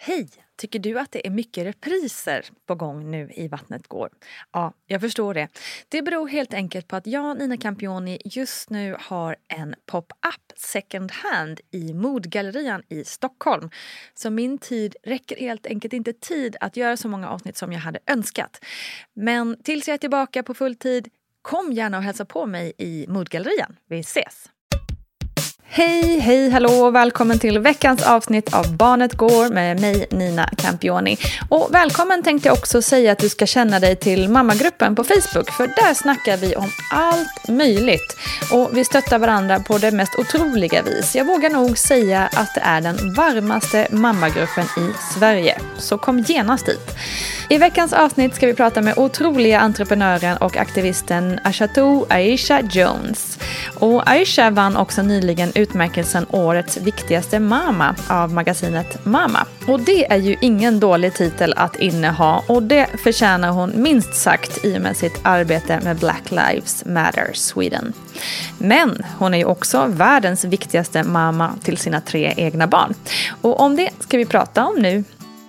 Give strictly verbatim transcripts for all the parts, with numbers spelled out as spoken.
Hej! Tycker du att det är mycket repriser på gång nu i Vattnet går? Ja, jag förstår det. Det beror helt enkelt på att jag, Nina Campioni, just nu har en pop-up second hand i Modgallerian i Stockholm. Så min tid räcker helt enkelt inte tid att göra så många avsnitt som jag hade önskat. Men tills jag är tillbaka på full tid, kom gärna och hälsa på mig i Modgallerian. Vi ses! Hej, hej, hallå, välkommen till veckans avsnitt av Barnet går med mig, Nina Campioni. Och välkommen tänkte jag också säga att du ska känna dig till mammagruppen på Facebook, för där snackar vi om allt möjligt. Och vi stöttar varandra på det mest otroliga vis. Jag vågar nog säga att det är den varmaste mammagruppen i Sverige. Så kom genast dit. I veckans avsnitt ska vi prata med otroliga entreprenören och aktivisten Aishatou Aisha Jones. Och Aisha vann också nyligen utmärkelsen Årets viktigaste mamma av magasinet Mama. Och det är ju ingen dålig titel att inneha, och det förtjänar hon minst sagt i och med sitt arbete med Black Lives Matter Sweden. Men hon är ju också världens viktigaste mamma till sina tre egna barn. Och om det ska vi prata om nu.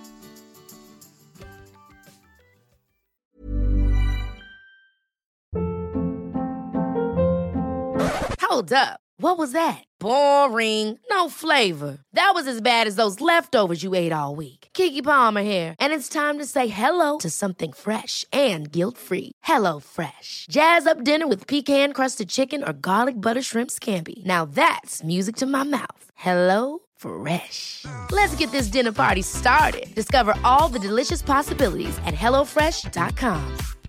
Hold up. What was that? Boring. No flavor. That was as bad as those leftovers you ate all week. Keke Palmer here. And it's time to say hello to something fresh and guilt-free. Hello Fresh. Jazz up dinner with pecan-crusted chicken or garlic butter shrimp scampi. Now that's music to my mouth. Hello Fresh. Let's get this dinner party started. Discover all the delicious possibilities at hello fresh dot com.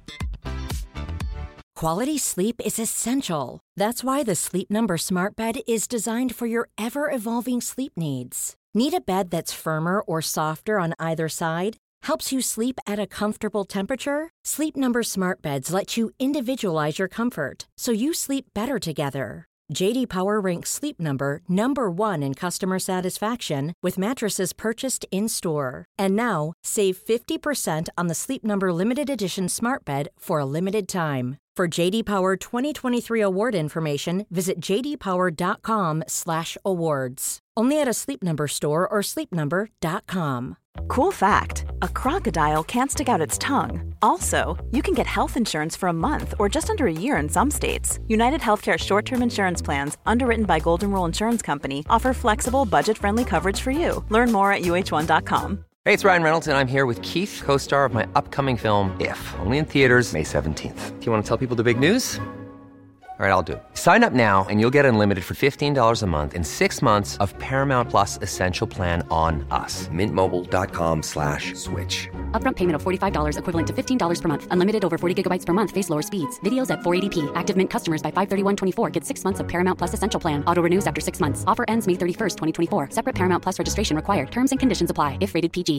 Quality sleep is essential. That's why the Sleep Number Smart Bed is designed for your ever-evolving sleep needs. Need a bed that's firmer or softer on either side? Helps you sleep at a comfortable temperature? Sleep Number Smart Beds let you individualize your comfort, so you sleep better together. J D Power ranks Sleep Number number one in customer satisfaction with mattresses purchased in-store. And now, save fifty percent on the Sleep Number Limited Edition Smart Bed for a limited time. For J D Power twenty twenty-three award information, visit j d power dot com slash awards. Only at a Sleep Number store or sleep number dot com. Cool fact, a crocodile can't stick out its tongue. Also, you can get health insurance for a month or just under a year in some states. United Healthcare short-term insurance plans, underwritten by Golden Rule Insurance Company, offer flexible, budget-friendly coverage for you. Learn more at u h one dot com. Hey, it's Ryan Reynolds, and I'm here with Keith, co-star of my upcoming film, If, only in theaters May seventeenth. Do you want to tell people the big news? All right, I'll do it. Sign up now and you'll get unlimited for fifteen dollars a month and six months of Paramount Plus Essential Plan on us. Mint Mobile dot com slash switch. Upfront payment of forty-five dollars equivalent to fifteen dollars per month. Unlimited over forty gigabytes per month. Face lower speeds. Videos at four eighty p. Active Mint customers by five thirty-one twenty-four get six months of Paramount Plus Essential Plan. Auto renews after six months. Offer ends May thirty-first, twenty twenty-four. Separate Paramount Plus registration required. Terms and conditions apply if rated P G.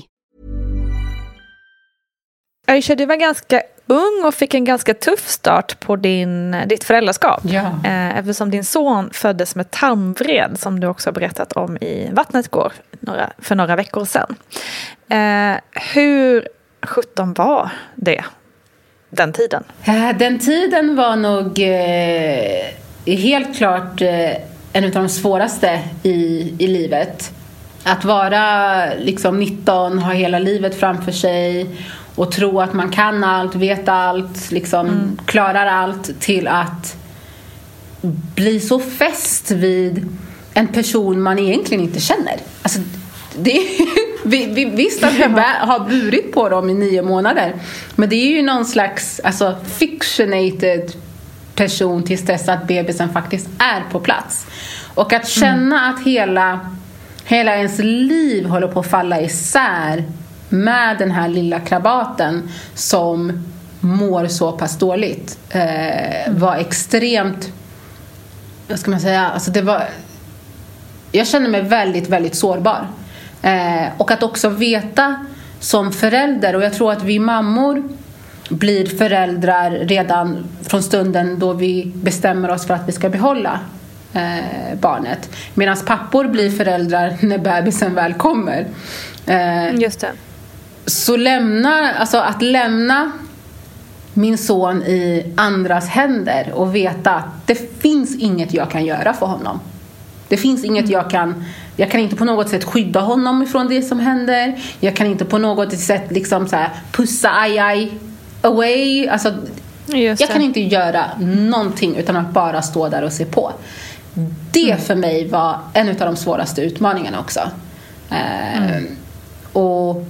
Aisha, du var ganska ung och fick en ganska tuff start på din, ditt föräldraskap. Ja. Eh, eftersom din son föddes med tarmvred, som du också har berättat om i Vattnet går några, för några veckor sedan. Eh, hur sjutton var det den tiden? Den tiden var nog eh, helt klart eh, en av de svåraste i, i livet. Att vara liksom nitton, ha hela livet framför sig och tro att man kan allt, vet allt, liksom mm. klarar allt, till att bli så fäst vid en person man egentligen inte känner. Alltså, det är, vi, vi visst att vi har burit på dem i nio månader, men det är ju någon slags alltså, fictionated person tills dess att bebisen faktiskt är på plats. Och att känna mm. att hela, hela ens liv håller på att falla isär med den här lilla krabaten som mår så pass dåligt eh, var extremt, vad ska man säga, alltså det var, jag kände mig väldigt, väldigt sårbar. Eh, och att också veta som förälder, och jag tror att vi mammor blir föräldrar redan från stunden då vi bestämmer oss för att vi ska behålla eh, barnet. Medan pappor blir föräldrar när bebisen väl kommer. Eh, Just det. Så lämna, alltså att lämna min son i andras händer och veta att det finns inget jag kan göra för honom. Det finns inget jag kan jag kan inte på något sätt skydda honom ifrån det som händer. Jag kan inte på något sätt liksom så här pussa aj aj away. Alltså, jag kan inte göra någonting utan att bara stå där och se på. Det mm. för mig var en av de svåraste utmaningarna också. Eh, mm. och,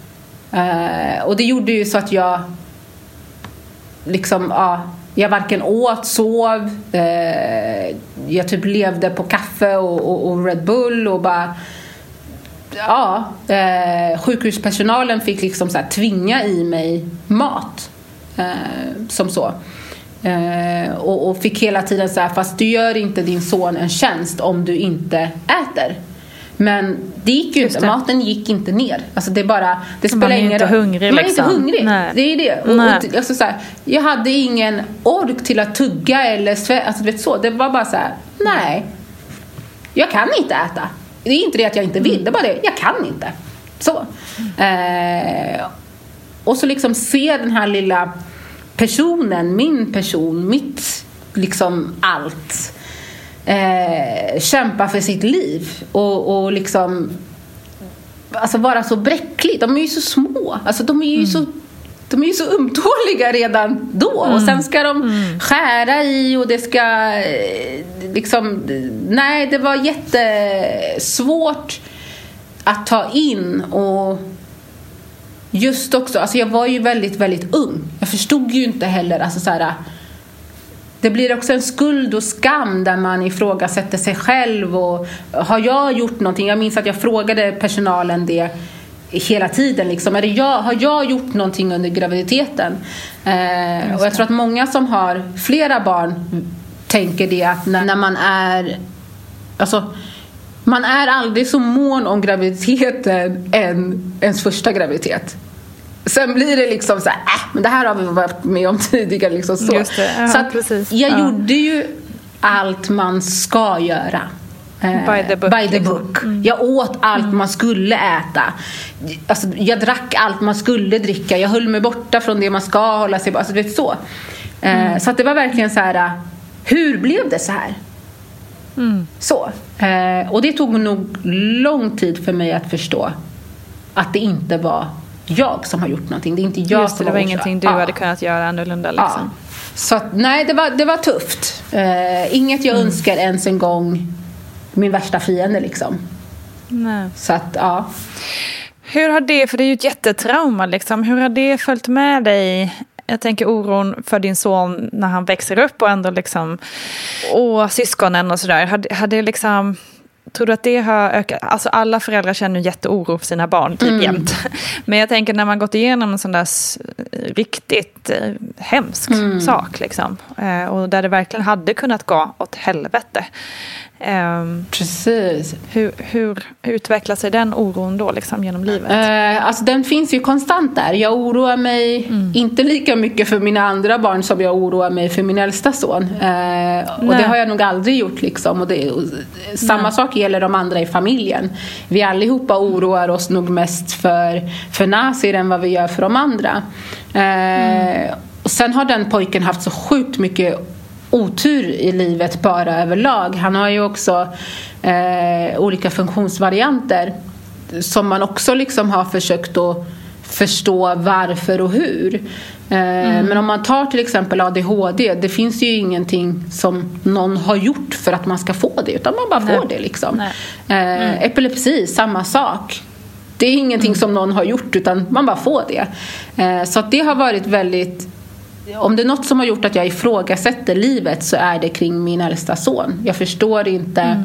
eh, och det gjorde ju så att jag liksom, ja, jag varken åt, sov, eh, jag typ levde på kaffe och, och, och Red Bull och bara, ja, eh, sjukhuspersonalen fick liksom så här tvinga i mig mat, eh, som så. Eh, och, och fick hela tiden så här, fast du gör inte din son en tjänst om du inte äter. Men det gick ju inte, maten gick inte ner. Alltså det bara, det spelar man är ingen inte hungrig. Man är liksom. inte hungrig, Nej. det är det. Och, och, alltså så här, jag hade ingen ork till att tugga eller svä- alltså vet så. Det var bara så här, nej, jag kan inte äta. Det är inte det att jag inte vill, det är bara det, jag kan inte. Så. Eh, och så liksom se den här lilla personen, min person, mitt liksom allt. Eh, kämpa för sitt liv och, och liksom alltså vara så bräcklig. De är ju så små, alltså de är ju mm. så de är ju så ömtåliga redan då, mm. och sen ska de mm. skära i och det ska liksom, nej, det var jättesvårt att ta in. Och just också, alltså jag var ju väldigt väldigt ung. Jag förstod ju inte heller, alltså så här, det blir också en skuld och skam där man ifrågasätter sig själv. Och har jag gjort någonting? Jag minns att jag frågade personalen det hela tiden. Liksom. Är det jag, har jag gjort någonting under graviditeten? Eh, och jag tror att många som har flera barn tänker det, att när, när man är... Alltså, man är aldrig så mån om graviditeten än ens första graviditet. Sen blir det liksom så här, äh, men det här har vi varit med om tidigare liksom så. Just det. Ja, så att precis. jag ja. gjorde ju allt man ska göra. By the book. By the book. Mm. Jag åt allt mm. man skulle äta. Alltså, jag drack allt man skulle dricka. Jag höll mig borta från det man ska hålla sig. Alltså, vet så. Mm. Så att det var verkligen så här, hur blev det så här? Mm. Så. Och det tog nog lång tid för mig att förstå att det inte var jag som har gjort någonting. Det är inte jag. Just det, som det var ingenting du ja. hade kunnat göra annorlunda liksom. Ja. Så att, nej, det var, det var tufft. Uh, inget jag mm. önskar ens en gång min värsta fiende liksom. Nej. Så att, ja. Hur har det, för det är ju ett jättetrauma liksom, hur har det följt med dig? Jag tänker oron för din son när han växer upp och ändå liksom, och syskonen och sådär. Har, har det liksom... Tror du att det har ökat? Alltså alla föräldrar känner jätteoro för sina barn typ mm. jämt. Men jag tänker när man gått igenom en sån där riktigt eh, hemsk mm. sak liksom. Eh, och där det verkligen hade kunnat gå åt helvete. Eh, Precis. Hur, hur utvecklar sig den oron då liksom genom livet? Eh, alltså den finns ju konstant där. Jag oroar mig mm. inte lika mycket för mina andra barn som jag oroar mig för min äldsta son. Eh, och det har jag nog aldrig gjort liksom. Och det, och, samma Nej. sak gäller de andra i familjen. Vi allihopa oroar oss nog mest för, för Nasir än vad vi gör för de andra. Eh, mm. Och sen har den pojken haft så sjukt mycket otur i livet bara överlag. Han har ju också eh, olika funktionsvarianter som man också liksom har försökt att förstå varför och hur. Eh, mm. Men om man tar till exempel A D H D, det finns ju ingenting som någon har gjort för att man ska få det, utan man bara Nej. får det liksom. Eh, mm. Epilepsi, samma sak. Det är ingenting mm. som någon har gjort, utan man bara får det. Eh, så att det har varit väldigt... Om det är något som har gjort att jag ifrågasätter livet, så är det kring min äldsta son. Jag förstår inte mm.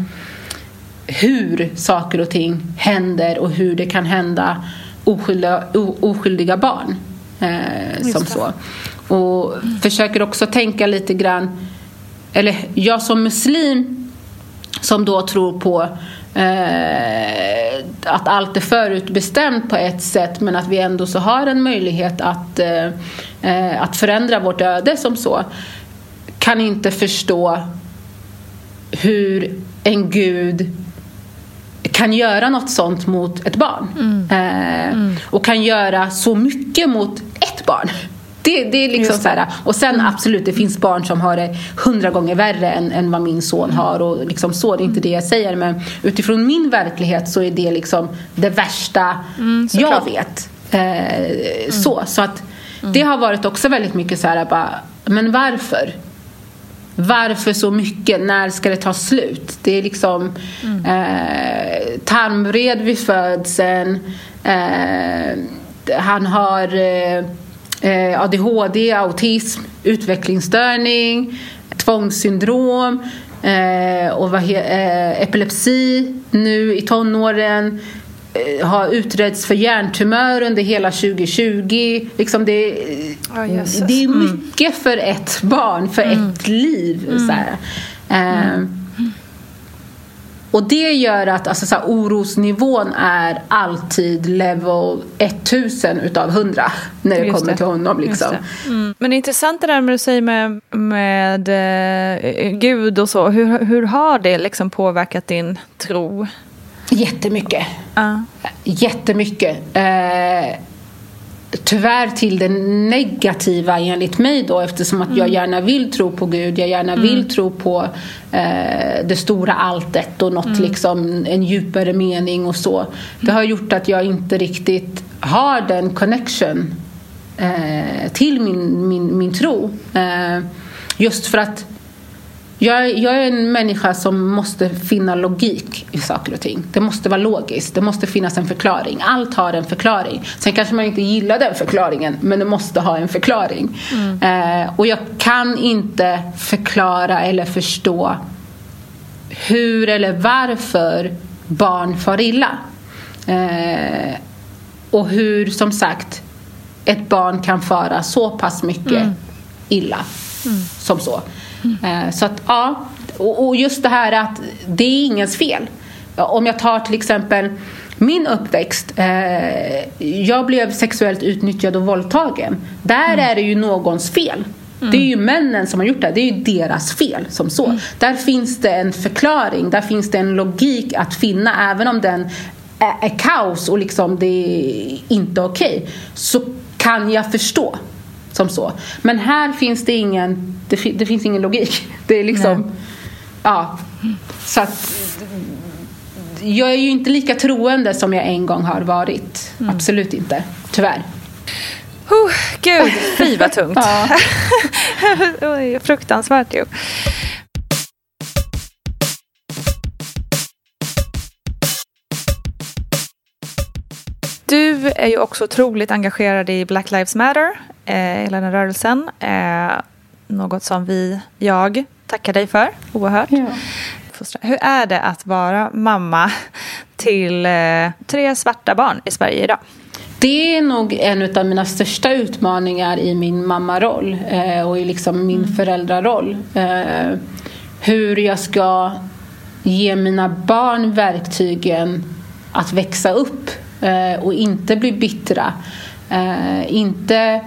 hur saker och ting händer och hur det kan hända oskyldiga, o, oskyldiga barn. Eh, som så. Och mm. försöker också tänka lite grann, eller jag som muslim som då tror på eh, att allt är förutbestämt på ett sätt, men att vi ändå så har en möjlighet att eh, att förändra vårt öde som så, kan inte förstå hur en gud kan göra något sånt mot ett barn. Mm. Eh, mm. Och kan göra så mycket mot ett barn Det, det är liksom så här. Och sen absolut, det finns barn som har det hundra gånger värre än, än vad min son har. Och liksom så, det är inte det jag säger. Men utifrån min verklighet så är det liksom det värsta mm, jag vet. Eh, mm. Så, så att mm. det har varit också väldigt mycket så här, bara, men varför? Varför så mycket? När ska det ta slut? Det är liksom mm. eh, tarmvred vid födseln. Eh, han har eh, A D H D, autism, utvecklingsstörning, tvångssyndrom eh, och vad he, eh, epilepsi nu i tonåren. Har utretts för hjärntumör under hela tjugo tjugo. Liksom det, oh, det är mycket mm. för ett barn, för mm. ett liv. Mm. Så här. Mm. Um, och det gör att alltså, så här, orosnivån är alltid level tusen utav hundra när det Just kommer det. till honom. Liksom. Mm. Men det är intressant det där med att säga med, med eh, Gud och så. Hur, hur har det liksom påverkat din tro? Jättemycket. Uh. Jättemycket. Eh, tyvärr till det negativa enligt mig då, eftersom att mm. jag gärna vill tro på Gud, jag gärna mm. vill tro på eh, det stora alltet och något mm. liksom, en djupare mening och så. Det har gjort att jag inte riktigt har den connection eh, till min, min, min tro. Eh, just för att Jag, jag är en människa som måste finna logik i saker och ting. Det måste vara logiskt. Det måste finnas en förklaring. Allt har en förklaring. Sen kanske man inte gillar den förklaringen, men det måste ha en förklaring. Mm. Eh, och jag kan inte förklara eller förstå hur eller varför barn far illa. Eh, och hur, som sagt, ett barn kan fara så pass mycket mm. illa mm. som så. Mm. Så att ja, och just det här att det är ingens fel. Om jag tar till exempel min uppväxt, jag blev sexuellt utnyttjad och våldtagen. Där mm. är det ju någons fel. Mm. Det är ju männen som har gjort det. Det är ju deras fel som så. Mm. Där finns det en förklaring, där finns det en logik att finna, även om den är, är kaos och liksom det är inte okej, så kan jag förstå som så. Men här finns det ingen det, det finns ingen logik. Det är liksom Nej. ja. Så att jag är ju inte lika troende som jag en gång har varit. Mm. Absolut inte. Tyvärr. Oh, gud, fy vad tungt. Ja. Fruktansvärt ju. Du är ju också otroligt engagerad i Black Lives Matter, eh, hela den rörelsen. Eh, något som vi, jag tackar dig för, oerhört. Ja. Hur är det att vara mamma till eh, tre svarta barn i Sverige idag? Det är nog en av mina största utmaningar i min mammaroll eh, och i liksom min föräldraroll. Eh, hur jag ska ge mina barn verktygen att växa upp eh, och inte bli bittra. Eh, inte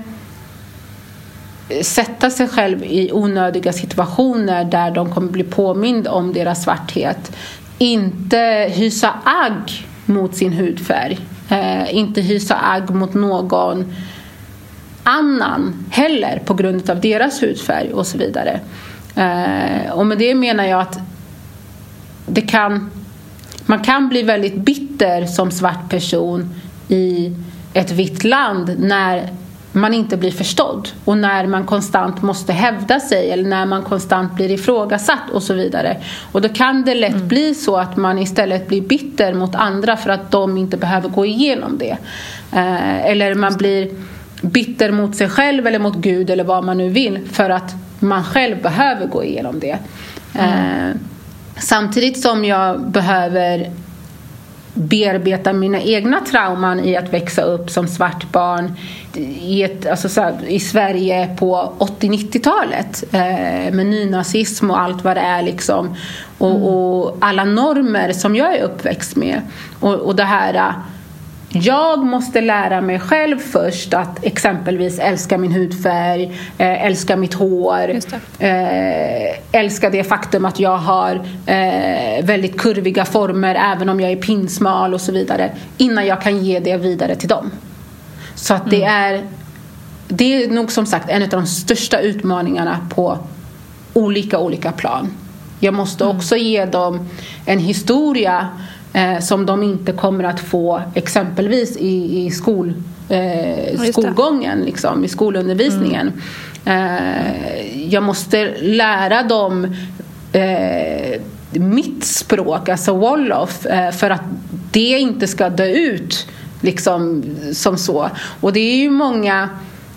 sätta sig själv i onödiga situationer där de kommer bli påmind om deras svarthet. Inte hysa agg mot sin hudfärg. Eh, inte hysa agg mot någon annan heller på grund av deras hudfärg och så vidare. Eh, och med det menar jag att det kan, man kan bli väldigt bitter som svart person i ett vitt land när man inte blir förstådd och när man konstant måste hävda sig eller när man konstant blir ifrågasatt och så vidare. Och då kan det lätt mm. bli så att man istället blir bitter mot andra för att de inte behöver gå igenom det. Eh, eller man blir bitter mot sig själv eller mot Gud eller vad man nu vill för att man själv behöver gå igenom det. Mm. Eh, samtidigt som jag behöver bearbeta mina egna trauman i att växa upp som svart barn i, ett, alltså så här, i Sverige på åttio-nittiotalet eh, med nynazism och allt vad det är liksom. och, mm. och alla normer som jag är uppväxt med och, och det här, jag måste lära mig själv först att exempelvis älska min hudfärg, eh, älska mitt hår, eh, älska det faktum att jag har eh, väldigt kurviga former även om jag är pinsmal och så vidare, innan jag kan ge det vidare till dem. Så att det mm. är det är nog som sagt en av de största utmaningarna på olika olika plan. Jag måste mm. också ge dem en historia eh, som de inte kommer att få exempelvis i, i skol, eh, skolgången, liksom, i skolundervisningen. Mm. Eh, jag måste lära dem eh, mitt språk, alltså Wolof, eh, för att det inte ska dö ut liksom, som så. Och det är ju många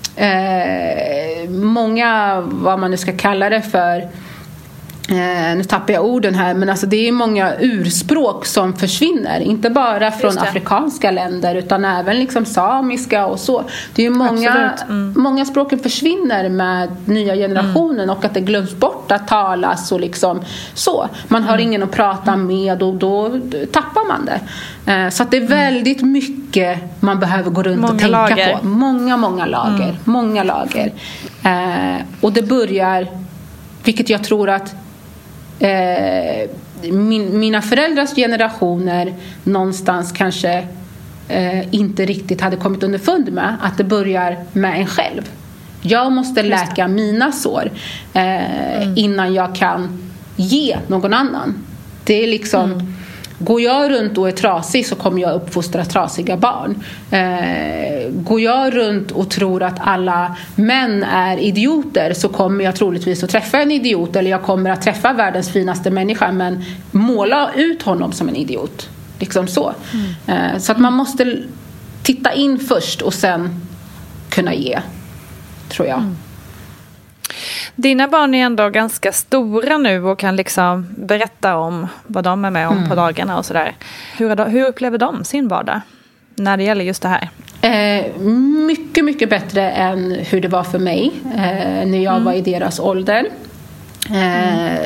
eh, många, vad man nu ska kalla det för, Eh, nu tappar jag orden här, men alltså det är många urspråk som försvinner, inte bara från afrikanska länder utan även liksom samiska och så. Det är ju många, mm. många språken försvinner med nya generationen mm. och att det glöms bort att talas och liksom så. Man har mm. ingen att prata med och då tappar man det. Eh, så att det är väldigt mycket man behöver gå runt många och tänka lager. på. Många, många lager. Mm. Många lager. Eh, och det börjar, vilket jag tror att Eh, min, mina föräldrars generationer någonstans kanske eh, inte riktigt hade kommit underfund med, att det börjar med en själv. Jag måste läka mina sår eh, mm. innan jag kan ge någon annan. Det är liksom mm. går jag runt och är trasig så kommer jag uppfostra trasiga barn. Eh, går jag runt och tror att alla män är idioter så kommer jag troligtvis att träffa en idiot, eller jag kommer att träffa världens finaste människa men måla ut honom som en idiot. Liksom så. Mm. Eh, så att man måste titta in först och sen kunna ge, tror jag. Mm. Dina barn är ändå ganska stora nu och kan liksom berätta om vad de är med om mm. på dagarna och sådär. Hur, hur upplever de sin vardag när det gäller just det här? Eh, mycket, mycket bättre än hur det var för mig eh, när jag mm. var i deras ålder. Eh, mm.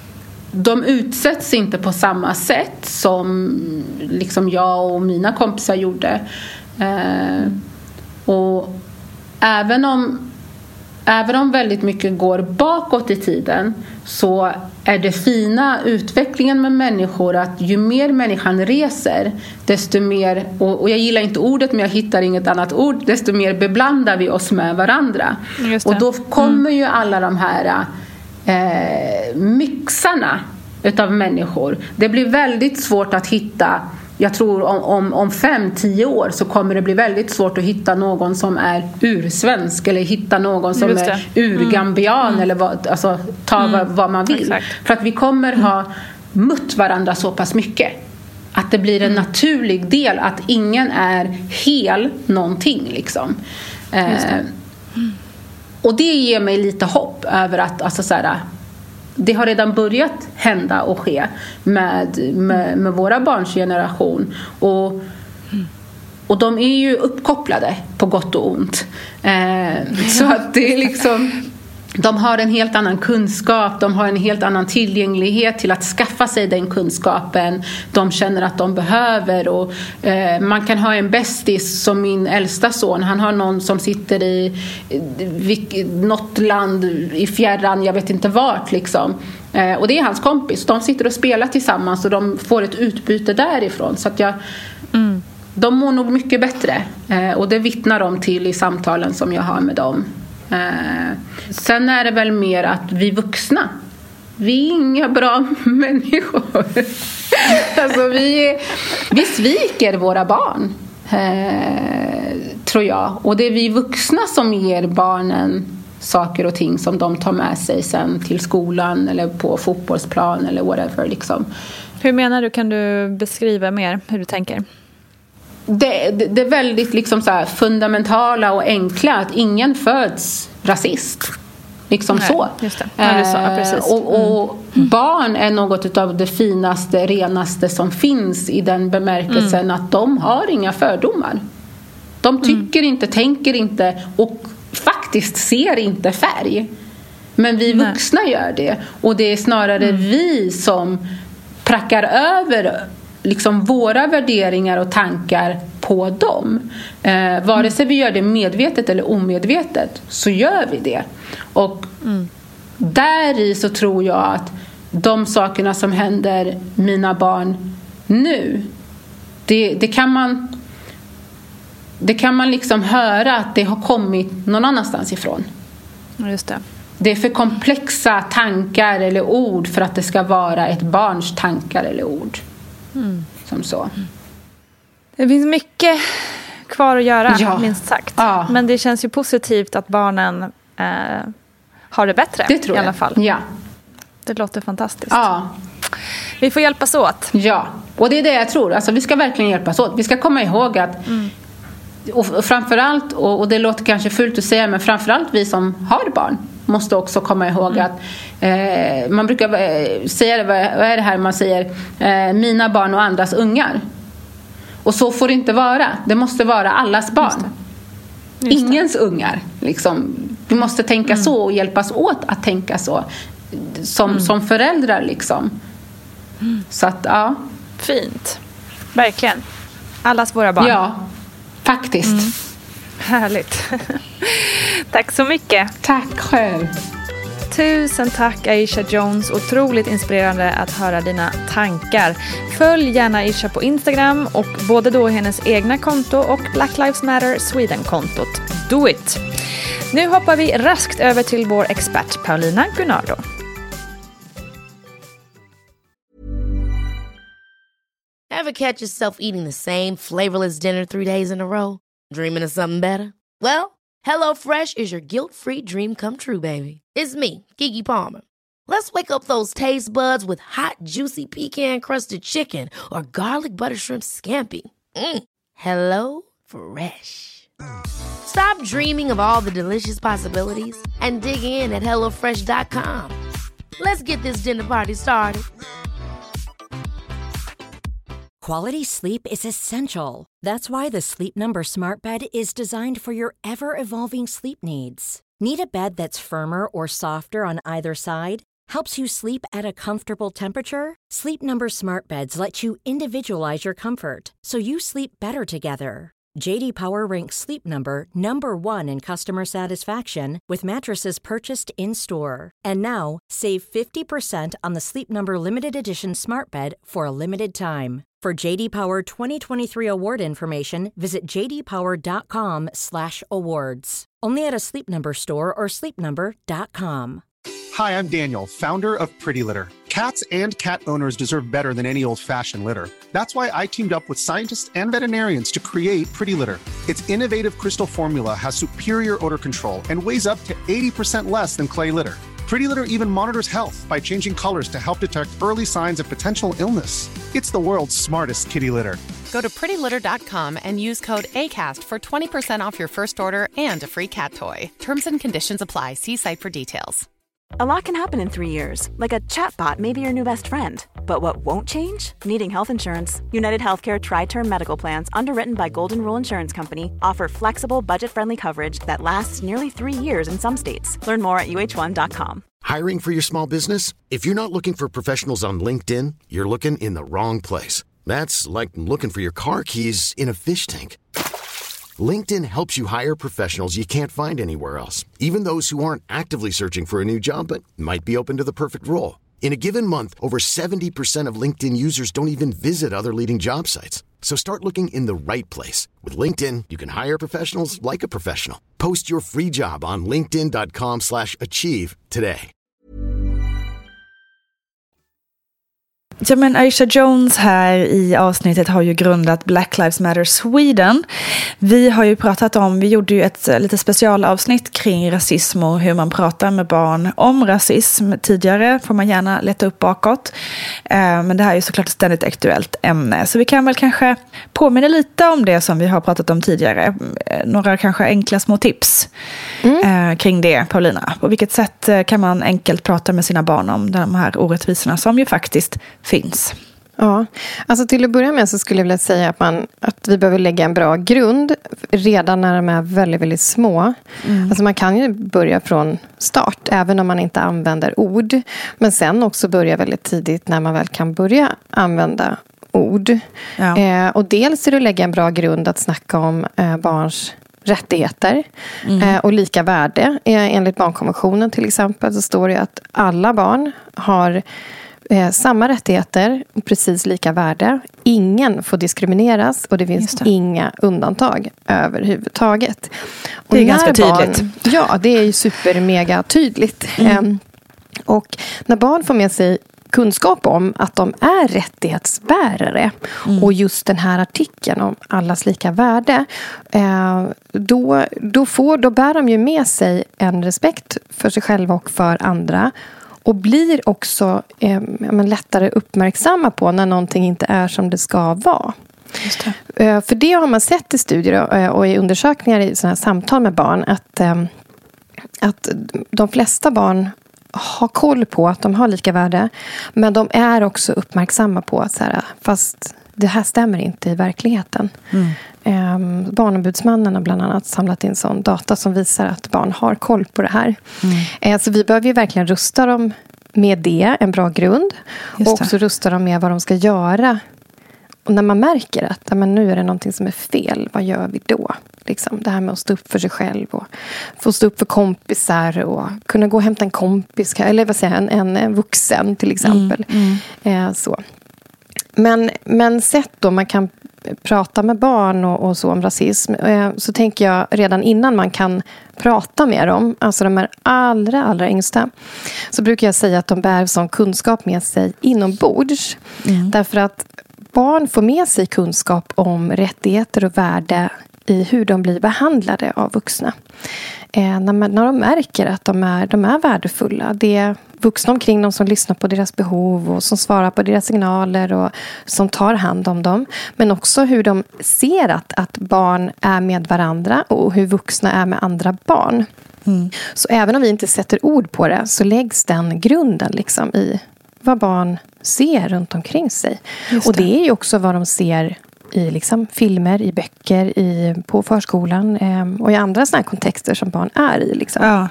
De utsätts inte på samma sätt som liksom jag och mina kompisar gjorde. Eh, och även om Även om väldigt mycket går bakåt i tiden så är det fina utvecklingen med människor att ju mer människan reser desto mer, och, och jag gillar inte ordet men jag hittar inget annat ord, desto mer beblandar vi oss med varandra. Och då kommer mm. ju alla de här eh, mixarna utav människor. Det blir väldigt svårt att hitta. Jag tror om, om, om fem, tio år så kommer det bli väldigt svårt att hitta någon som är ursvensk eller hitta någon som är urgambian mm. eller vad, alltså, ta mm. vad, vad man vill. Exakt. För att vi kommer mm. ha mött varandra så pass mycket att det blir en mm. naturlig del att ingen är hel någonting liksom. Eh, mm. Och det ger mig lite hopp över att alltså, så här, det har redan börjat hända och ske med, med, med våra barns generation. Och, och de är ju uppkopplade på gott och ont. Eh, så att det är liksom... De har en helt annan kunskap, de har en helt annan tillgänglighet till att skaffa sig den kunskapen de känner att de behöver. Och, eh, man kan ha en bästis som min äldsta son, han har någon som sitter i, i något land i fjärran, jag vet inte vart liksom. Eh, och det är hans kompis, de sitter och spelar tillsammans och de får ett utbyte därifrån. Så att jag... Mm. De mår nog mycket bättre eh, och det vittnar de till i samtalen som jag har med dem. Eh, sen är det väl mer att vi vuxna, vi är inga bra människor. Alltså vi, vi sviker våra barn, eh, tror jag. Och det är vi vuxna som ger barnen saker och ting som de tar med sig sen till skolan eller på fotbollsplan eller whatever liksom. Hur menar du? Kan du beskriva mer hur du tänker? Det, det, det är väldigt liksom så här fundamentala och enkla att ingen föds rasist. Liksom Nej, så. Just det. Ja, du sa, ja, precis. Och, och mm. barn är något av det finaste, renaste som finns i den bemärkelsen mm. att de har inga fördomar. De tycker mm. inte, tänker inte och faktiskt ser inte färg. Men vi vuxna Nej. gör det. Och det är snarare mm. vi som prackar över liksom våra värderingar och tankar på dem. Eh, vare sig vi gör det medvetet eller omedvetet så gör vi det. Och mm. där i så tror jag att de sakerna som händer mina barn nu, det, det kan man det kan man liksom höra att det har kommit någon annanstans ifrån. Just det. Det är för komplexa tankar eller ord för att det ska vara ett barns tankar eller ord. Mm. Som så. Det finns mycket kvar att göra, ja. minst sagt. Ja. Men det känns ju positivt att barnen eh, har det bättre. Det tror i jag. alla fall. Ja. Det låter fantastiskt. Ja. Vi får hjälpas åt. Ja, och det är det jag tror. Alltså, vi ska verkligen hjälpas åt. Vi ska komma ihåg att mm. och framförallt, och, och det låter kanske fult att säga, men framförallt vi som har barn måste också komma ihåg mm. att eh, man brukar eh, säga, vad är det här man säger, eh, mina barn och andras ungar. Och så får det inte vara. Det måste vara allas barn. Just det. Just Ingens det. ungar. Liksom. Vi måste tänka mm. så och hjälpas åt att tänka så. Som, mm. som föräldrar liksom. Mm. Så att, ja. Fint. Verkligen. Allas våra barn. Ja, faktiskt. Mm. Härligt. Tack så mycket. Tack själv. Tusen tack Aisha Jones. Otroligt inspirerande att höra dina tankar. Följ gärna Aisha på Instagram och både då hennes egna konto och Black Lives Matter Sweden-kontot. Do it! Nu hoppar vi raskt över till vår expert Paulina Gunnardo. Ever catch yourself eating the same flavorless dinner three days in a row? Dreaming of something better? Well, HelloFresh is your guilt-free dream come true, baby. It's me, Keke Palmer. Let's wake up those taste buds with hot, juicy pecan-crusted chicken or garlic butter shrimp scampi. Mm. Hello Fresh. Stop dreaming of all the delicious possibilities and dig in at hello fresh dot com. Let's get this dinner party started. Quality sleep is essential. That's why the Sleep Number Smart Bed is designed for your ever-evolving sleep needs. Need a bed that's firmer or softer on either side? Helps you sleep at a comfortable temperature? Sleep Number Smart Beds let you individualize your comfort, so you sleep better together. J D Power ranks Sleep Number number one in customer satisfaction with mattresses purchased in-store. And now, save fifty percent on the Sleep Number Limited Edition Smart Bed for a limited time. For J D Power twenty twenty-three award information, visit j d power dot com slash awards. Only at a Sleep Number store or sleep number dot com. Hi, I'm Daniel, founder of Pretty Litter. Cats and cat owners deserve better than any old-fashioned litter. That's why I teamed up with scientists and veterinarians to create Pretty Litter. Its innovative crystal formula has superior odor control and weighs up to eighty percent less than clay litter. Pretty Litter even monitors health by changing colors to help detect early signs of potential illness. It's the world's smartest kitty litter. Go to pretty litter dot com and use code ACAST for twenty percent off your first order and a free cat toy. Terms and conditions apply. See site for details. A lot can happen in three years, like a chatbot may be your new best friend. But what won't change? Needing health insurance. United Healthcare Tri-Term Medical Plans, underwritten by Golden Rule Insurance Company, offer flexible, budget-friendly coverage that lasts nearly three years in some states. Learn more at u h one dot com. Hiring for your small business? If you're not looking for professionals on LinkedIn, you're looking in the wrong place. That's like looking for your car keys in a fish tank. LinkedIn helps you hire professionals you can't find anywhere else, even those who aren't actively searching for a new job but might be open to the perfect role. In a given month, over seventy percent of LinkedIn users don't even visit other leading job sites. So start looking in the right place. With LinkedIn, you can hire professionals like a professional. Post your free job on linkedin dot com slash achieve today. Ja, men Aisha Jones här i avsnittet har ju grundat Black Lives Matter Sweden. Vi har ju pratat om, vi gjorde ju ett lite specialavsnitt kring rasism och hur man pratar med barn om rasism tidigare. Får man gärna leta upp bakåt. Men det här är ju såklart ett ständigt aktuellt ämne. Så vi kan väl kanske påminna lite om det som vi har pratat om tidigare. Några kanske enkla små tips mm. kring det, Paulina. På vilket sätt kan man enkelt prata med sina barn om de här orättvisorna som ju faktiskt finns? Ja, alltså till att börja med så skulle jag vilja säga att, man, att vi behöver lägga en bra grund redan när de är väldigt, väldigt små. Mm. Alltså man kan ju börja från start, även om man inte använder ord. Men sen också börja väldigt tidigt när man väl kan börja använda ord. Ja. Eh, och dels är det att lägga en bra grund att snacka om eh, barns rättigheter mm. eh, och lika värde. Eh, enligt barnkonventionen till exempel så står det att alla barn har eh, samma rättigheter och precis lika värde. Ingen får diskrimineras och det finns det. inga undantag överhuvudtaget. Och det är ganska tydligt. Barn, ja, det är ju super mega tydligt. Mm. Eh, och när barn får med sig kunskap om att de är rättighetsbärare mm. och just den här artikeln om allas lika värde, eh, då, då, får, då bär de ju med sig en respekt för sig själva och för andra och blir också eh, men lättare uppmärksamma på när någonting inte är som det ska vara. Just det. Eh, för det har man sett i studier och, och i undersökningar i sådana här samtal med barn att, eh, att de flesta barn har koll på att de har lika värde, men de är också uppmärksamma på att så här, fast det här stämmer inte i verkligheten. Mm. Eh, Barnombudsmannen har bland annat samlat in sån data som visar att barn har koll på det här. Mm. Eh, så vi behöver ju verkligen rusta dem med det, en bra grund. Och också rusta dem med vad de ska göra. Och när man märker att men nu är det någonting som är fel, vad gör vi då? Liksom, det här med att stå upp för sig själv och få stå upp för kompisar och kunna gå och hämta en kompis, eller vad säger jag, en, en vuxen till exempel. Mm, mm. Eh, så. Men, men sätt då man kan prata med barn och, och så om rasism, eh, så tänker jag redan innan man kan prata med dem, alltså de är allra, allra yngsta, så brukar jag säga att de bär sån kunskap med sig inombords. Mm. Därför att barn får med sig kunskap om rättigheter och värde i hur de blir behandlade av vuxna. Eh, när, man, när de märker att de är, de är värdefulla. Det är vuxna omkring dem som lyssnar på deras behov och som svarar på deras signaler och som tar hand om dem. Men också hur de ser att, att barn är med varandra och hur vuxna är med andra barn. Mm. Så även om vi inte sätter ord på det så läggs den grunden liksom i vad barn ser runt omkring sig. Det. Och det är ju också vad de ser i liksom filmer, i böcker, i, på förskolan eh, och i andra såna här kontexter som barn är i. Liksom. Ja.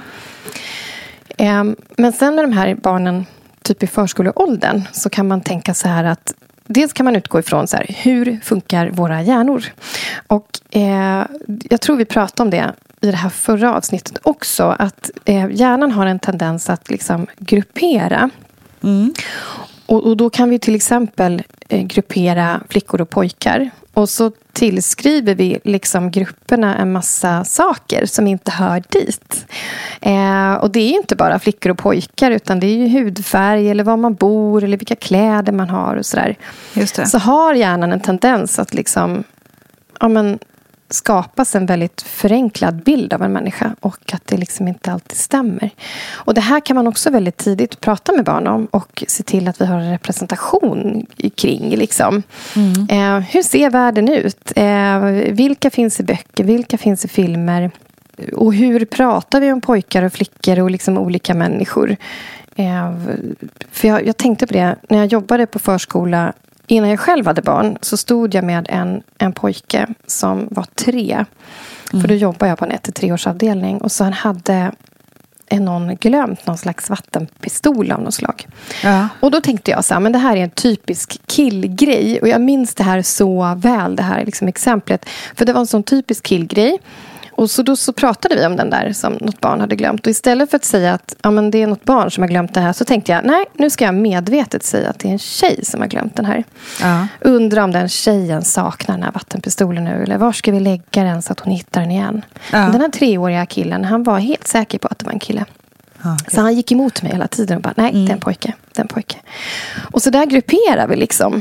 Eh, men sen med de här barnen typ i förskoleåldern så kan man tänka så här att dels kan man utgå ifrån så här, hur funkar våra hjärnor? Och eh, jag tror vi pratade om det i det här förra avsnittet också, att eh, hjärnan har en tendens att liksom gruppera. Mm. Och, och då kan vi till exempel eh, gruppera flickor och pojkar. Och så tillskriver vi liksom grupperna en massa saker som inte hör dit. Eh, och det är ju inte bara flickor och pojkar, utan det är ju hudfärg eller var man bor eller vilka kläder man har och sådär. Just det. Så har hjärnan en tendens att liksom, ja men, skapas en väldigt förenklad bild av en människa och att det liksom inte alltid stämmer. Och det här kan man också väldigt tidigt prata med barn om och se till att vi har en representation kring liksom. Mm. Eh, hur ser världen ut? Eh, vilka finns i böcker? Vilka finns i filmer? Och hur pratar vi om pojkar och flickor och liksom olika människor? Eh, för jag, jag tänkte på det när jag jobbade på förskola. Innan jag själv hade barn så stod jag med en, en pojke som var tre. Mm. För då jobbade jag på en ett till tre års avdelning. Och så han hade någon glömt någon slags vattenpistol av något slag. Ja. Och då tänkte jag så här, men det här är en typisk killgrej. Och jag minns det här så väl, det här liksom exemplet. För det var en sån typisk killgrej. Och så då så pratade vi om den där som något barn hade glömt. Och istället för att säga att ja, men det är något barn som har glömt det här, så tänkte jag, nej, nu ska jag medvetet säga att det är en tjej som har glömt den här. Ja. Undrar om den tjejen saknar den här vattenpistolen nu. Eller var ska vi lägga den så att hon hittar den igen? Ja. Den här treåriga killen, han var helt säker på att det var en kille. Okay. Så han gick emot mig hela tiden och bara, nej, mm. det är en pojke, det är en pojke. Och så där grupperar vi liksom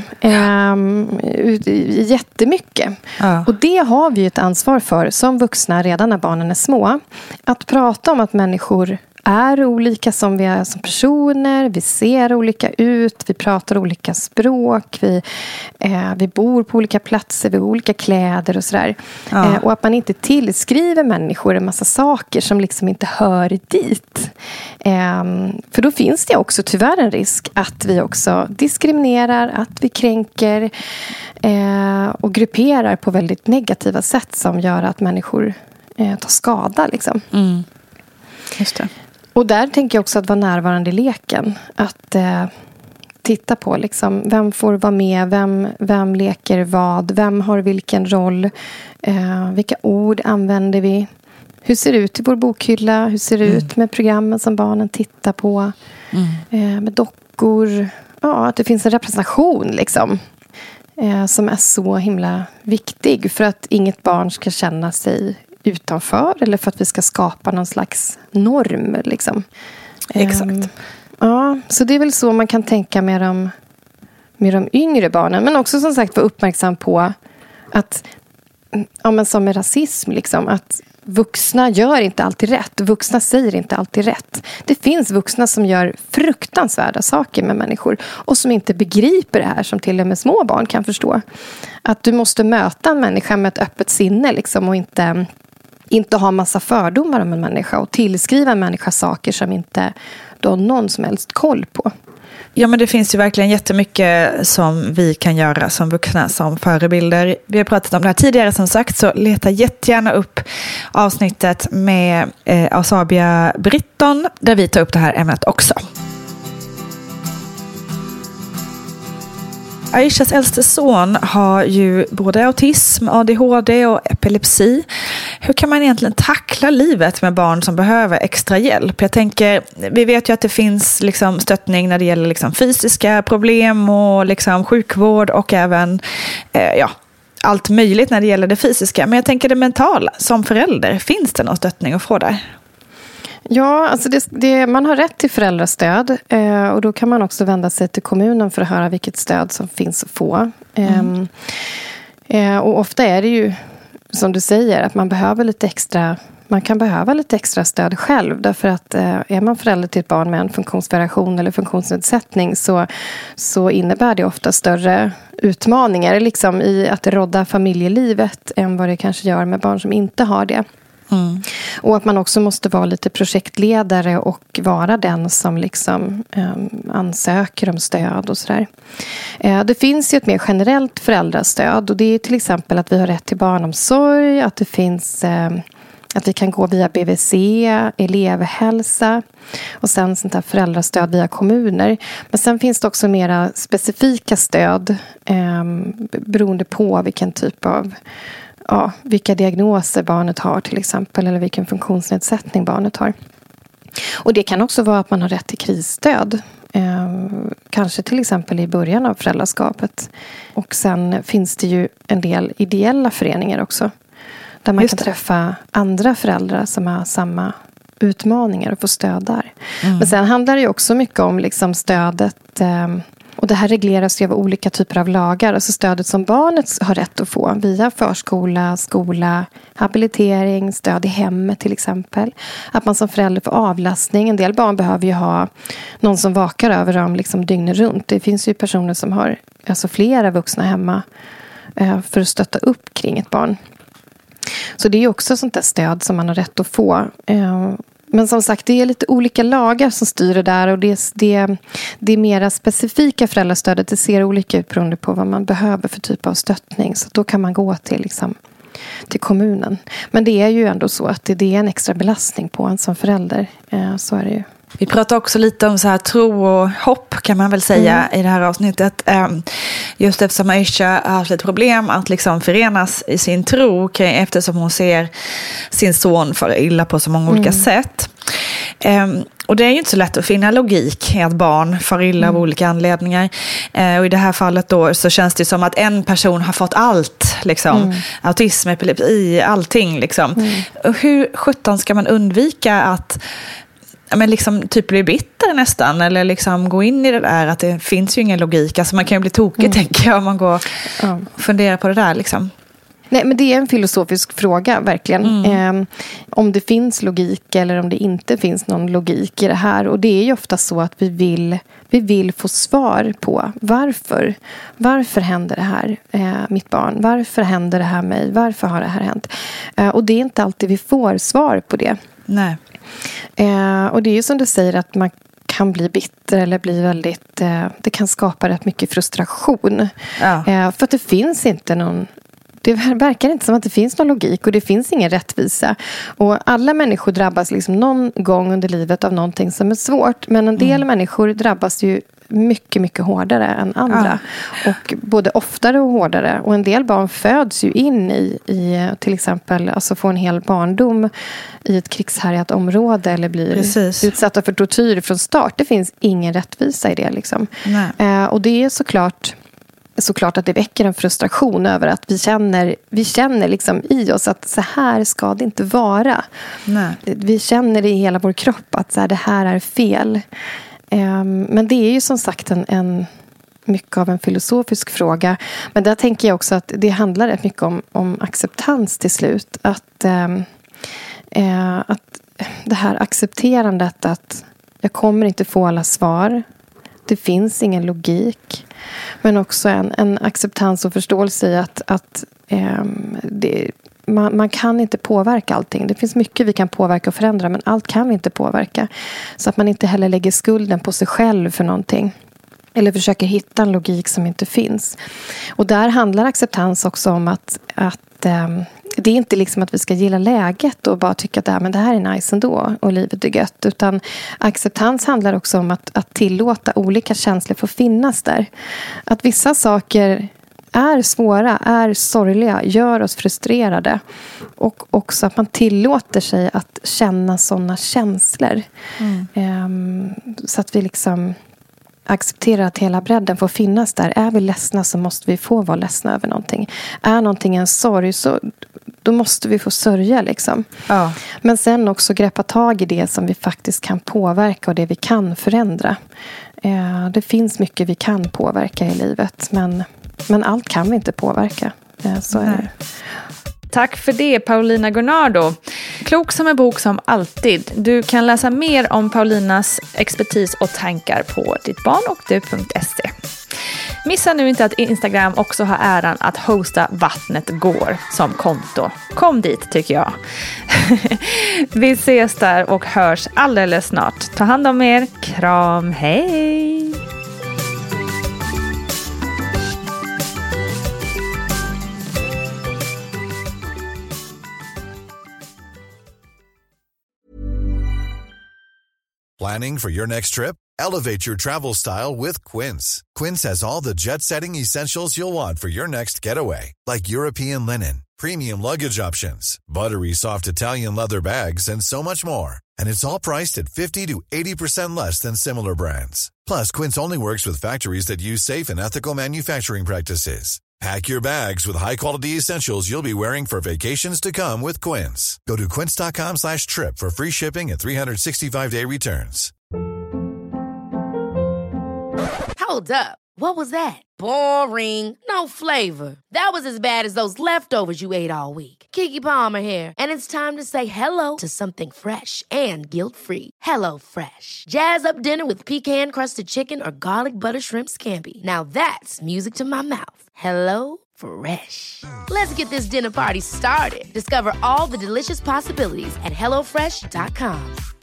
ähm, jättemycket. Ja. Och det har vi ett ansvar för som vuxna redan när barnen är små. Att prata om att människor är olika som vi är som personer. Vi ser olika ut. Vi pratar olika språk. Vi, eh, vi bor på olika platser. Vi har olika kläder och sådär. Ja. Eh, och att man inte tillskriver människor en massa saker som liksom inte hör dit. Eh, för då finns det också tyvärr en risk att vi också diskriminerar, att vi kränker eh, och grupperar på väldigt negativa sätt som gör att människor eh, tar skada liksom. Mm. Just det. Och där tänker jag också att vara närvarande i leken. Att eh, titta på liksom, vem får vara med, vem, vem leker vad, vem har vilken roll, eh, vilka ord använder vi, hur ser det ut i vår bokhylla, hur ser det mm. ut med programmen som barnen tittar på, mm. eh, med dockor, ja, att det finns en representation liksom, eh, som är så himla viktig för att inget barn ska känna sig utanför eller för att vi ska skapa någon slags norm liksom. Exakt. Eh, ja, så det är väl så man kan tänka med de, med de yngre barnen, men också som sagt vara uppmärksam på att, ja, men som med rasism liksom, att vuxna gör inte alltid rätt. Vuxna säger inte alltid rätt. Det finns vuxna som gör fruktansvärda saker med människor och som inte begriper det här, som till och med små barn kan förstå. Att du måste möta en människa med ett öppet sinne liksom, och inte, inte ha massa fördomar om en människa och tillskriva en människa saker som inte du har någon som helst koll på. Ja, men det finns ju verkligen jättemycket som vi kan göra som vuxna, som förebilder. Vi har pratat om det här tidigare som sagt, så leta jättegärna upp avsnittet med eh, Asabia Britton där vi tar upp det här ämnet också. Aishas äldste son har ju både autism, A D H D och epilepsi. Hur kan man egentligen tackla livet med barn som behöver extra hjälp? Jag tänker, vi vet ju att det finns liksom stöttning när det gäller liksom fysiska problem och liksom sjukvård och även eh, ja, allt möjligt när det gäller det fysiska. Men jag tänker det mentala, som förälder, finns det någon stöttning att få där? Ja, alltså det, det, man har rätt till föräldrastöd eh, och då kan man också vända sig till kommunen för att höra vilket stöd som finns att få. Mm. Eh, och ofta är det ju, som du säger, att man behöver lite extra, man kan behöva lite extra stöd själv. Därför att eh, är man förälder till ett barn med en funktionsvariation eller funktionsnedsättning så, så innebär det ofta större utmaningar liksom, i att rodda familjelivet än vad det kanske gör med barn som inte har det. Mm. Och att man också måste vara lite projektledare och vara den som liksom um, ansöker om stöd och sådär. Uh, det finns ju ett mer generellt föräldrastöd och det är till exempel att vi har rätt till barnomsorg, att det finns uh, att vi kan gå via B V C, elevhälsa och sen sånt här föräldrastöd via kommuner. Men sen finns det också mera specifika stöd um, beroende på vilken typ av Ja, vilka diagnoser barnet har till exempel eller vilken funktionsnedsättning barnet har. Och det kan också vara att man har rätt till krisstöd. Eh, kanske till exempel i början av föräldraskapet. Och sen finns det ju en del ideella föreningar också. Där man kan träffa andra föräldrar som har samma utmaningar och få stöd där. Mm. Men sen handlar det ju också mycket om liksom stödet... Eh, Och det här regleras ju av olika typer av lagar. Alltså stödet som barnet har rätt att få via förskola, skola, habilitering, stöd i hemmet till exempel. Att man som förälder får avlastning. En del barn behöver ju ha någon som vakar över dem liksom dygnet runt. Det finns ju personer som har alltså flera vuxna hemma eh, för att stötta upp kring ett barn. Så det är ju också sånt där stöd som man har rätt att få. Eh, Men som sagt, det är lite olika lagar som styr det där och det, det, det är mera specifika föräldrastödet. Det ser olika ut beroende på vad man behöver för typ av stöttning. Så då kan man gå till, liksom, till kommunen. Men det är ju ändå så att det, det är en extra belastning på en som förälder. Eh, så är det ju. Vi pratar också lite om så här tro och hopp kan man väl säga mm. i det här avsnittet. Just eftersom Aisha har haft ett problem att liksom förenas i sin tro eftersom hon ser sin son fara illa på så många mm. olika sätt. Och det är ju inte så lätt att finna logik i att barn far illa mm. av olika anledningar. Och i det här fallet då så känns det som att en person har fått allt. Liksom. Mm. Autism, epilepsi, allting. Liksom. Mm. Och hur sjutton ska man undvika att men liksom typ bli bitter nästan eller liksom gå in i det där att det finns ju ingen logik. Alltså man kan ju bli tokig mm. tänker jag om man går och funderar på det där liksom. Nej, men det är en filosofisk fråga, verkligen. Mm. Eh, om det finns logik eller om det inte finns någon logik i det här. Och det är ju ofta så att vi vill, vi vill få svar på varför. Varför händer det här, eh, mitt barn? Varför händer det här mig? Varför har det här hänt? Eh, och det är inte alltid vi får svar på det. Nej. Eh, och det är ju som du säger att man kan bli bitter eller bli väldigt... Eh, det kan skapa rätt mycket frustration. Ja. Eh, för att det finns inte någon... Det verkar inte som att det finns någon logik och det finns ingen rättvisa. Och alla människor drabbas liksom någon gång under livet av någonting som är svårt. Men en del mm. människor drabbas ju mycket, mycket hårdare än andra. Ja. Och både oftare och hårdare. Och en del barn föds ju in i, i till exempel, alltså få en hel barndom i ett krigshärjat område eller blir Precis. utsatta för tortyr från start. Det finns ingen rättvisa i det liksom. Eh, och det är såklart såklart att det väcker en frustration över att vi känner, vi känner liksom i oss att så här ska det inte vara. Nej. Vi känner det i hela vår kropp att så här, det här är fel. Um, men det är ju som sagt en, en mycket av en filosofisk fråga. Men där tänker jag också att det handlar rätt mycket om, om acceptans till slut. Att, um, uh, att det här accepterandet att jag kommer inte få alla svar. Det finns ingen logik. Men också en, en acceptans och förståelse i att, att eh, det, man, man kan inte påverka allting. Det finns mycket vi kan påverka och förändra, men allt kan vi inte påverka. Så att man inte heller lägger skulden på sig själv för någonting. Eller försöker hitta en logik som inte finns. Och där handlar acceptans också om att, att eh, det är inte liksom att vi ska gilla läget och bara tycka att äh, men det här är nice ändå och livet är gött. Utan acceptans handlar också om att, att tillåta olika känslor få finnas där. Att vissa saker är svåra, är sorgliga, gör oss frustrerade. Och också att man tillåter sig att känna sådana känslor. Mm. Um, så att vi liksom accepterar att hela bredden får finnas där. Är vi ledsna så måste vi få vara ledsna över någonting. Är någonting en sorg så då måste vi få sörja liksom. Ja. Men sen också greppa tag i det som vi faktiskt kan påverka och det vi kan förändra. Eh, det finns mycket vi kan påverka i livet, men, men allt kan vi inte påverka. Eh, så är det. Tack för det, Paulina Gunnardo. Klok som en bok som alltid. Du kan läsa mer om Paulinas expertis och tankar på dittbarnocdu punkt se. Missa nu inte att Instagram också har äran att hosta Vattnet går som konto. Kom dit tycker jag. Vi ses där och hörs alldeles snart. Ta hand om er. Kram, hej! Planning for your next trip? Elevate your travel style with Quince. Quince has all the jet-setting essentials you'll want for your next getaway, like European linen, premium luggage options, buttery soft Italian leather bags, and so much more. And it's all priced at fifty to eighty percent less than similar brands. Plus, Quince only works with factories that use safe and ethical manufacturing practices. Pack your bags with high-quality essentials you'll be wearing for vacations to come with Quince. Go to quince.com slash trip for free shipping and three sixty-five day returns. Hold up. What was that? Boring. No flavor. That was as bad as those leftovers you ate all week. Keke Palmer here. And it's time to say hello to something fresh and guilt-free. Hello Fresh. Jazz up dinner with pecan-crusted chicken or garlic butter shrimp scampi. Now that's music to my mouth. Hello Fresh. Let's get this dinner party started. Discover all the delicious possibilities at hello fresh dot com.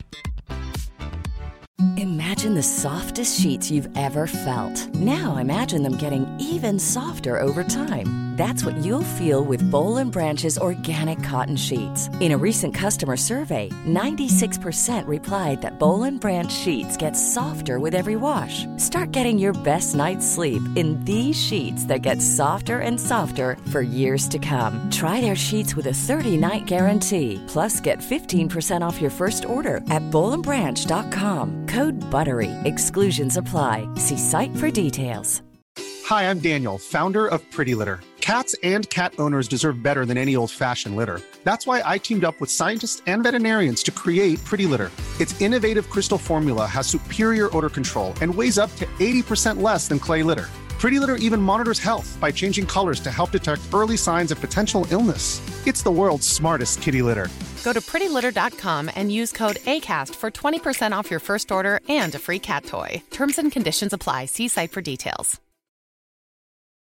Imagine the softest sheets you've ever felt. Now imagine them getting even softer over time. That's what you'll feel with Boll and Branch's organic cotton sheets. In a recent customer survey, ninety-six percent replied that Boll and Branch sheets get softer with every wash. Start getting your best night's sleep in these sheets that get softer and softer for years to come. Try their sheets with a thirty-night guarantee. Plus, get fifteen percent off your first order at boll and branch dot com. Code BUTTERY. Exclusions apply. See site for details. Hi, I'm Daniel, founder of Pretty Litter. Cats and cat owners deserve better than any old-fashioned litter. That's why I teamed up with scientists and veterinarians to create Pretty Litter. Its innovative crystal formula has superior odor control and weighs up to eighty percent less than clay litter. Pretty Litter even monitors health by changing colors to help detect early signs of potential illness. It's the world's smartest kitty litter. Go to pretty litter dot com and use code ACAST for twenty percent off your first order and a free cat toy. Terms and conditions apply. See site for details.